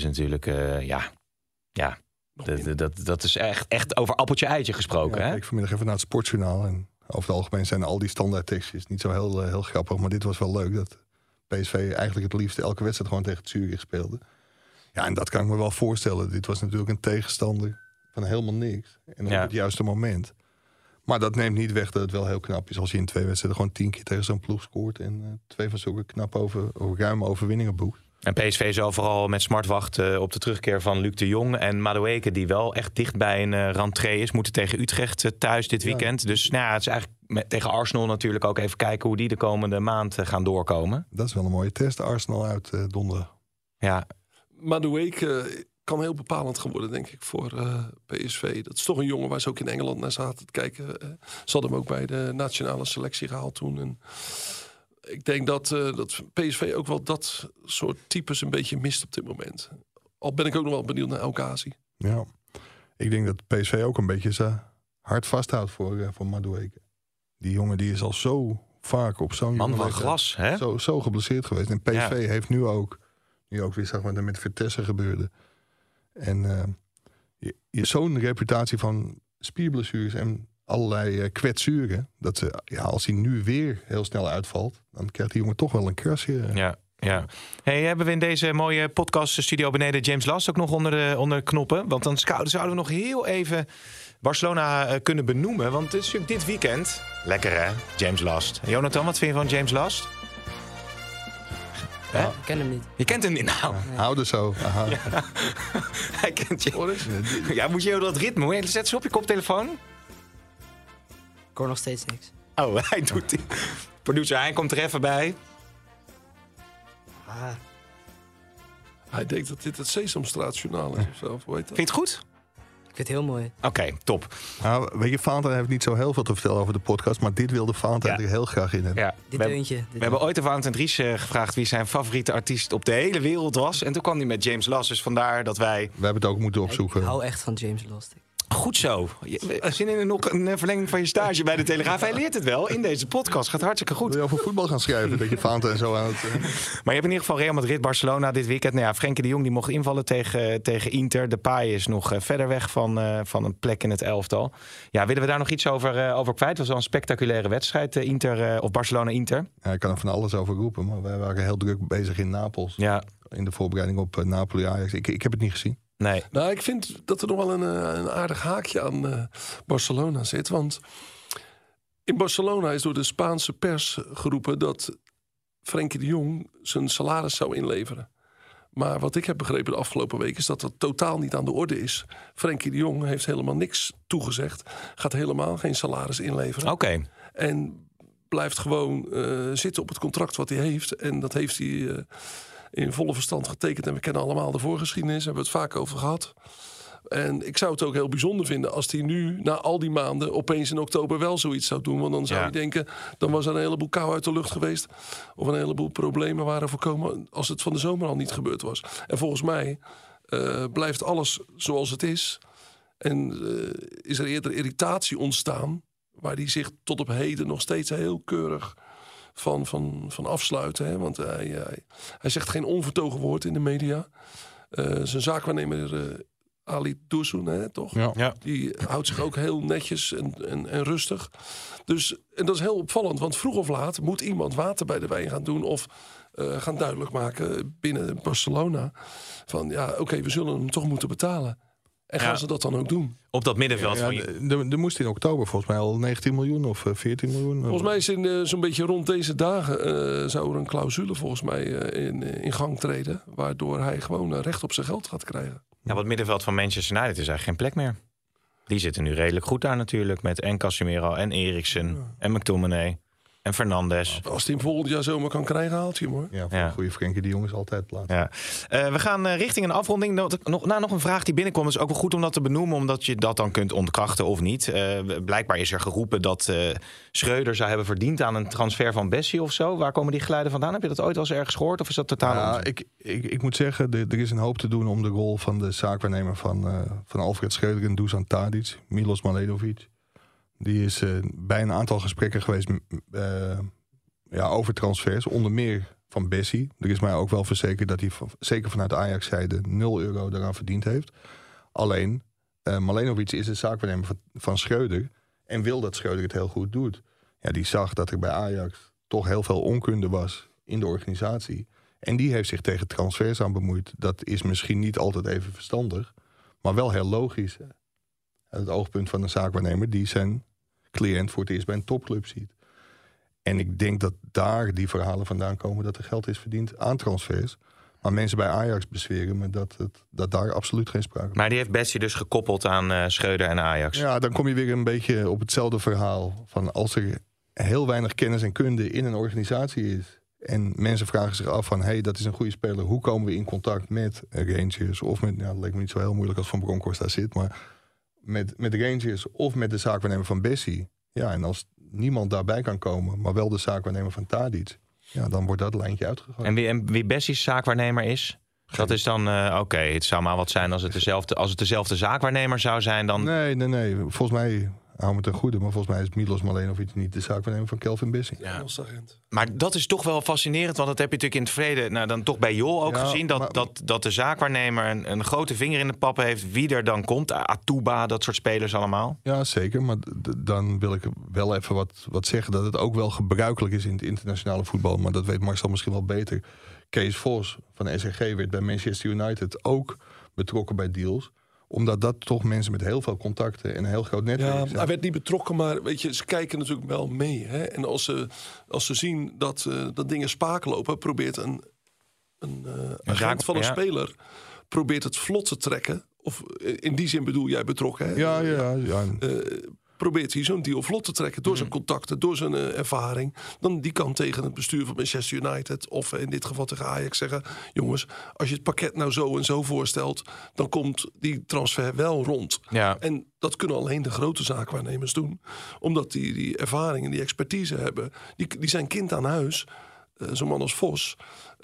Dat is echt over appeltje-eitje gesproken. Ja, hè? ik vanmiddag even naar het Sportjournaal. En over het algemeen zijn al die standaardtekstjes niet zo heel grappig. Maar dit was wel leuk. Dat PSV eigenlijk het liefst elke wedstrijd gewoon tegen het Zurich speelde. Ja, en dat kan ik me wel voorstellen. Dit was natuurlijk een tegenstander van helemaal niks. En op het juiste moment. Maar dat neemt niet weg dat het wel heel knap is als je in 2 wedstrijden gewoon 10 keer tegen zo'n ploeg scoort. En 2 van zulke knap ruime overwinningen boekt. En PSV zal vooral met smart wachten op de terugkeer van Luc de Jong. En Madueke, die wel echt dicht bij een rentree is, moeten tegen Utrecht thuis dit weekend. Dus het is eigenlijk tegen Arsenal natuurlijk ook even kijken hoe die de komende maand gaan doorkomen. Dat is wel een mooie test, Arsenal uit donderdag. Ja. Madueke kan heel bepalend geworden, denk ik, voor PSV. Dat is toch een jongen waar ze ook in Engeland naar zaten te kijken. Ze hadden hem ook bij de nationale selectie gehaald toen. En ik denk dat PSV ook wel dat soort types een beetje mist op dit moment. Al ben ik ook nog wel benieuwd naar El Ghazi. Ja, ik denk dat PSV ook een beetje zijn hard vasthoudt voor Madueke. Die jongen die is al zo vaak op zo'n man van glas, hè? Zo geblesseerd geweest. En PSV heeft nu ook weer, zag wat er met Vitesse gebeurde. En je zo'n reputatie van spierblessures en allerlei kwetsuren, dat ze, als hij nu weer heel snel uitvalt, dan krijgt die jongen toch wel een krasje. Ja. Hey, hebben we in deze mooie podcaststudio beneden James Last ook nog onder de knoppen? Want dan zouden we nog heel even Barcelona kunnen benoemen. Want het is natuurlijk dit weekend. Lekker hè, James Last. Jonathan, wat vind je van James Last? Ja, ik ken hem niet. Je kent hem niet? Nou. Nee. Hou er zo. Ja. Hij kent je. Ja, moet je dat ritme. Zet ze op je koptelefoon. Ik hoor nog steeds niks. Oh, hij doet die. Producer, hij komt er even bij. Hij denkt dat dit het Sesamstraatjournaal is of zo. Hoe heet dat? Vind je het goed? Ik vind het heel mooi. Oké, top. Nou, weet je, Valentijn heeft niet zo heel veel te vertellen over de podcast, maar dit wilde Valentijn er heel graag in hebben. Ja, we hebben ooit aan Valentijn Dries gevraagd wie zijn favoriete artiest op de hele wereld was. En toen kwam hij met James Last, dus vandaar dat wij... We hebben het ook moeten opzoeken. Ik hou echt van James Last. Goed zo. Zin in nog een verlenging van je stage bij de Telegraaf. Hij leert het wel in deze podcast. Gaat hartstikke goed. Wil je over voetbal gaan schrijven? Dat je Valentijn zo aan het... Maar je hebt in ieder geval Real Madrid, Barcelona dit weekend. Nou ja, Frenkie de Jong die mocht invallen tegen Inter. Depay is nog verder weg van een plek in het elftal. Ja, willen we daar nog iets over kwijt? Het was wel een spectaculaire wedstrijd, of Barcelona-Inter. Ja, ik kan er van alles over roepen. Maar wij waren heel druk bezig in Napels. Ja. In de voorbereiding op Napoli-Ajax. Ik heb het niet gezien. Nee. Nou, ik vind dat er nog wel een aardig haakje aan Barcelona zit. Want in Barcelona is door de Spaanse pers geroepen dat Frenkie de Jong zijn salaris zou inleveren. Maar wat ik heb begrepen de afgelopen week is dat dat totaal niet aan de orde is. Frenkie de Jong heeft helemaal niks toegezegd. Gaat helemaal geen salaris inleveren. Oké. En blijft gewoon zitten op het contract wat hij heeft. En dat heeft hij... in volle verstand getekend. En we kennen allemaal de voorgeschiedenis. Daar hebben we het vaak over gehad. En ik zou het ook heel bijzonder vinden als hij nu, na al die maanden, opeens in oktober wel zoiets zou doen. Want dan zou je denken, dan was er een heleboel kou uit de lucht geweest. Of een heleboel problemen waren voorkomen als het van de zomer al niet gebeurd was. En volgens mij blijft alles zoals het is. En is er eerder irritatie ontstaan, waar hij zich tot op heden nog steeds heel keurig van afsluiten. Hè? Want hij zegt geen onvertogen woord in de media. Zijn zaakwaarnemer Ali Dursun, toch? Ja. Die houdt zich ook heel netjes en rustig. Dus, en dat is heel opvallend, want vroeg of laat moet iemand water bij de wijn gaan doen of gaan duidelijk maken binnen Barcelona van oké, we zullen hem toch moeten betalen. En gaan ze dat dan ook doen? Op dat middenveld van je. Er moest in oktober volgens mij al 19 miljoen of 14 miljoen. Volgens mij is zo'n beetje rond deze dagen zou er een clausule volgens mij in gang treden. Waardoor hij gewoon recht op zijn geld gaat krijgen. Ja, wat middenveld van Manchester United is eigenlijk geen plek meer. Die zitten nu redelijk goed daar natuurlijk. Met en Casemiro en Eriksen en McTominay en Fernandes. Als hij hem volgend jaar zomaar kan krijgen, haalt hij hem hoor. Ja, voor een goede Frenkie de Jong is altijd plaats. Ja. We gaan richting een afronding. Nog een vraag die binnenkomt. Het is ook wel goed om dat te benoemen, omdat je dat dan kunt ontkrachten of niet. Blijkbaar is er geroepen dat Schreuder zou hebben verdiend aan een transfer van Bessie of zo. Waar komen die geluiden vandaan? Heb je dat ooit al eens ergens gehoord of is dat totaal onzin? Ik moet zeggen, er is een hoop te doen om de rol van de zaakwaarnemer van Alfred Schreuder en Dusan Tadic, Milos Malenovic. Die is bij een aantal gesprekken geweest over transfers. Onder meer van Bessie. Er is mij ook wel verzekerd dat hij zeker vanuit de Ajax-zijde €0 daaraan verdiend heeft. Alleen, Malenovic is de zaakwaarnemer van Schreuder. En wil dat Schreuder het heel goed doet. Ja, die zag dat er bij Ajax toch heel veel onkunde was in de organisatie. En die heeft zich tegen transfers aan bemoeid. Dat is misschien niet altijd even verstandig. Maar wel heel logisch. Het oogpunt van een zaakwaarnemer die zijn cliënt voor het eerst bij een topclub ziet. En ik denk dat daar die verhalen vandaan komen dat er geld is verdiend aan transfers. Maar mensen bij Ajax bezweren me dat daar absoluut geen sprake is. Maar die heeft Bessie dus gekoppeld aan Schreuder en Ajax. Ja, dan kom je weer een beetje op hetzelfde verhaal. Van als er heel weinig kennis en kunde in een organisatie is. En mensen vragen zich af van, dat is een goede speler. Hoe komen we in contact met Rangers? Of met, dat leek me niet zo heel moeilijk als Van Bronckhorst daar zit. Maar met Rangers of met de zaakwaarnemer van Bessie. Ja, en als niemand daarbij kan komen, maar wel de zaakwaarnemer van Tadic. Ja, dan wordt dat lijntje uitgegooid. En wie Bessie's zaakwaarnemer is? Dat is dan, het zou maar wat zijn als het dezelfde zaakwaarnemer zou zijn dan... Nee. Volgens mij, hou me ten goede, maar volgens mij is Milos Malenovic niet de zaakwaarnemer van Kelvin Bessie. Ja. Maar dat is toch wel fascinerend, want dat heb je natuurlijk in het verleden, dan toch bij Jol ook gezien, dat de zaakwaarnemer een grote vinger in de pap heeft wie er dan komt. Atuba, dat soort spelers allemaal. Ja, zeker. Maar dan wil ik wel even wat zeggen dat het ook wel gebruikelijk is in het internationale voetbal. Maar dat weet Marcel misschien wel beter. Kees Vos van SRG werd bij Manchester United ook betrokken bij deals. Omdat dat toch mensen met heel veel contacten en een heel groot netwerk zijn. Ja, hij werd niet betrokken, maar weet je, ze kijken natuurlijk wel mee. Hè? En als ze zien dat dingen spaak lopen, probeert een agent van een speler probeert het vlot te trekken. Of in die zin bedoel jij betrokken, hè? Ja. Probeert hij zo'n deal vlot te trekken door zijn contacten, door zijn ervaring. Dan die kan tegen het bestuur van Manchester United of in dit geval tegen Ajax zeggen, jongens, als je het pakket nou zo en zo voorstelt, dan komt die transfer wel rond. Ja. En dat kunnen alleen de grote zaakwaarnemers doen. Omdat die ervaring en die expertise hebben. Die zijn kind aan huis. Zo'n man als Vos,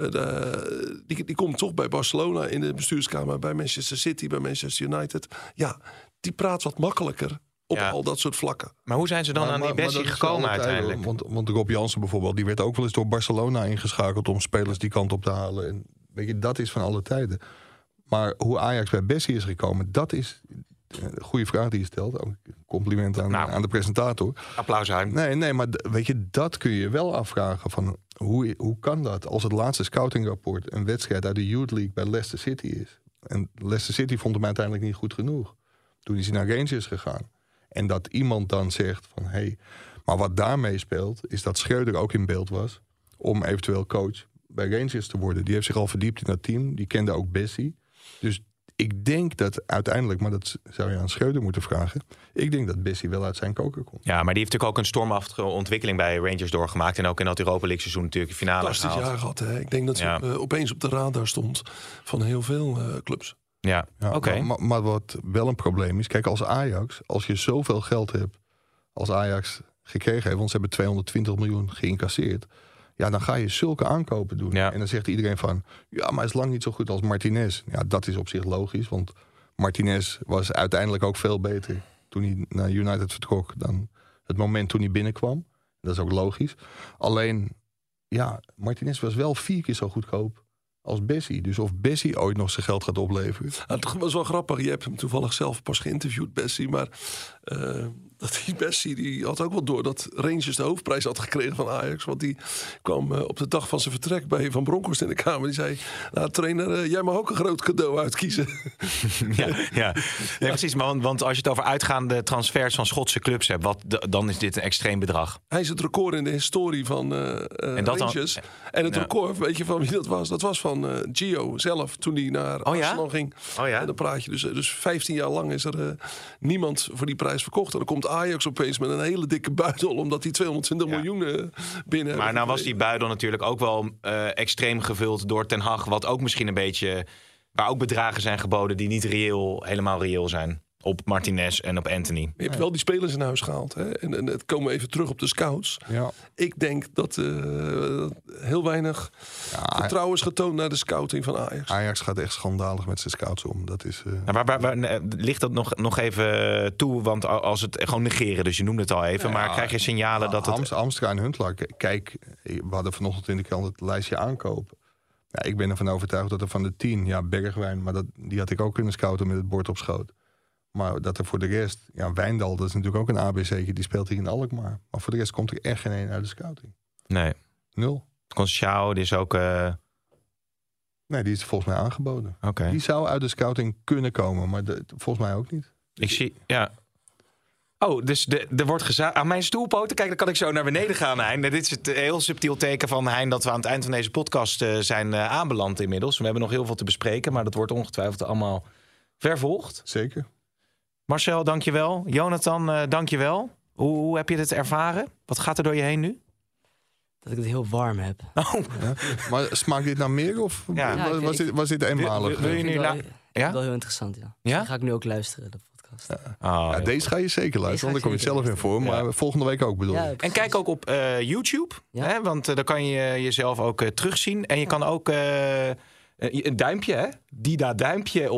die komt toch bij Barcelona in de bestuurskamer, bij Manchester City, bij Manchester United. Ja, die praat wat makkelijker op al dat soort vlakken. Maar hoe zijn ze dan aan die Bessie gekomen uiteindelijk? Want Rob Jansen bijvoorbeeld, die werd ook wel eens door Barcelona ingeschakeld om spelers die kant op te halen. En weet je, dat is van alle tijden. Maar hoe Ajax bij Bessie is gekomen, dat is een goede vraag die je stelt. Ook compliment aan de presentator. Applaus aan. Nee, maar weet je, dat kun je wel afvragen van hoe kan dat als het laatste scoutingrapport een wedstrijd uit de Youth League bij Leicester City is. En Leicester City vond hem uiteindelijk niet goed genoeg. Toen is hij naar Rangers gegaan. En dat iemand dan zegt van maar wat daarmee speelt, is dat Schreuder ook in beeld was om eventueel coach bij Rangers te worden. Die heeft zich al verdiept in dat team. Die kende ook Bessie. Dus ik denk dat uiteindelijk, maar dat zou je aan Schreuder moeten vragen, ik denk dat Bessie wel uit zijn koker komt. Ja, maar die heeft natuurlijk ook een stormachtige ontwikkeling bij Rangers doorgemaakt. En ook in dat Europa League seizoen natuurlijk de finale fantastisch jaar gehad. Hè? Ik denk dat hij opeens op de radar stond van heel veel clubs. Ja, oké. Maar wat wel een probleem is, kijk, als Ajax, als je zoveel geld hebt als Ajax gekregen heeft, want ze hebben 220 miljoen geïncasseerd, ja, dan ga je zulke aankopen doen. Ja. En dan zegt iedereen van, ja, maar hij is lang niet zo goed als Martinez. Ja, dat is op zich logisch, want Martinez was uiteindelijk ook veel beter toen hij naar United vertrok dan het moment toen hij binnenkwam. Dat is ook logisch. Alleen, ja, Martinez was wel 4 keer zo goedkoop als Bessie. Dus of Bessie ooit nog zijn geld gaat opleveren. Het was wel grappig. Je hebt hem toevallig zelf pas geïnterviewd, Bessie. Maar die Bessie die had ook wel door dat Rangers de hoofdprijs had gekregen van Ajax. Want die kwam op de dag van zijn vertrek bij Van Bronckhorst in de kamer. Die zei, nou trainer, jij mag ook een groot cadeau uitkiezen. Ja, precies. Want als je het over uitgaande transfers van Schotse clubs hebt, dan is dit een extreem bedrag. Hij is het record in de historie van Rangers. En het record, weet je van wie dat was? Dat was van Gio zelf, toen hij naar Arsenal ging. En dan praat je dus 15 jaar lang is er niemand voor die prijs verkocht. En dan komt Ajax opeens met een hele dikke buidel, omdat die 220 miljoen binnen. Maar nou was die buidel natuurlijk ook wel extreem gevuld door Ten Hag, wat ook misschien een beetje, waar ook bedragen zijn geboden die niet helemaal reëel zijn. Op Martinez en op Anthony. Je hebt wel die spelers in huis gehaald. Hè? En het komen even terug op de scouts. Ja. Ik denk dat heel weinig vertrouwen is getoond naar de scouting van Ajax. Ajax gaat echt schandalig met zijn scouts om. Dat is, waar ligt dat nog even toe? Want als het gewoon negeren, dus je noemde het al even. Maar krijg je signalen dat het... Hamstra en Huntelaar. Kijk, we hadden vanochtend in de krant het lijstje aankopen. Ja, ik ben ervan overtuigd dat er van de 10... Bergwijn, maar die had ik ook kunnen scouten met het bord op schoot. Maar dat er voor de rest... Ja, Wijndal, dat is natuurlijk ook een ABC'tje. Die speelt hier in Alkmaar. Maar voor de rest komt er echt geen een uit de scouting. Nee. 0. Conchao, die is ook... Nee, die is volgens mij aangeboden. Okay. Die zou uit de scouting kunnen komen. Maar volgens mij ook niet. Ik zie... Ja. Oh, dus er wordt aan mijn stoelpoten. Kijk, dan kan ik zo naar beneden gaan, Hein. Dit is het heel subtiel teken van Hein dat we aan het eind van deze podcast zijn aanbeland inmiddels. We hebben nog heel veel te bespreken, maar dat wordt ongetwijfeld allemaal vervolgd. Zeker. Marcel, dankjewel. Jonathan, dankjewel. Hoe heb je dit ervaren? Wat gaat er door je heen nu? Dat ik het heel warm heb. Oh. Ja. Maar smaakt dit naar meer of was dit eenmalig? Wil je nu ik vind het wel heel interessant, ja. Dan ga ik nu ook luisteren, de podcast. Deze ga je zeker luisteren, want daar kom je zelf in voor. Maar volgende week ook bedoel ik. En kijk ook op YouTube, hè, want dan kan je jezelf ook terugzien. En je kan ook een duimpje, hè? Dida duimpje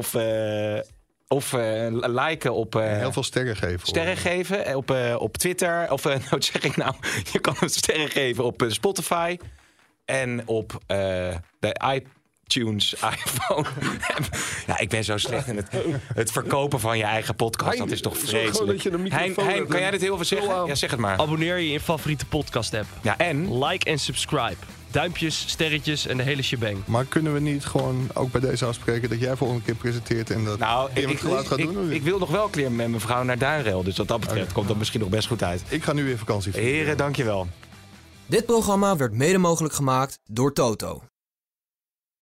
of liken op... heel veel sterren geven. Sterren geven op Twitter. Of wat zeg ik nou? Je kan sterren geven op Spotify. En op de iTunes iPhone. Ja, ik ben zo slecht in het verkopen van je eigen podcast. Dat is toch vreselijk. Hein, kan jij dit heel veel zeggen? Ja, zeg het maar. Abonneer je in je favoriete podcast app. Ja, en? Like en subscribe. Duimpjes, sterretjes en de hele shebang. Maar kunnen we niet gewoon ook bij deze afspreken dat jij volgende keer presenteert en dat het geluid gaat doen? Ik wil nog wel een keer met mijn vrouw naar Duinrel. Dus wat dat betreft komt dat misschien nog best goed uit. Ik ga nu weer vakantie vieren. Heren, dankjewel. Dit programma werd mede mogelijk gemaakt door Toto.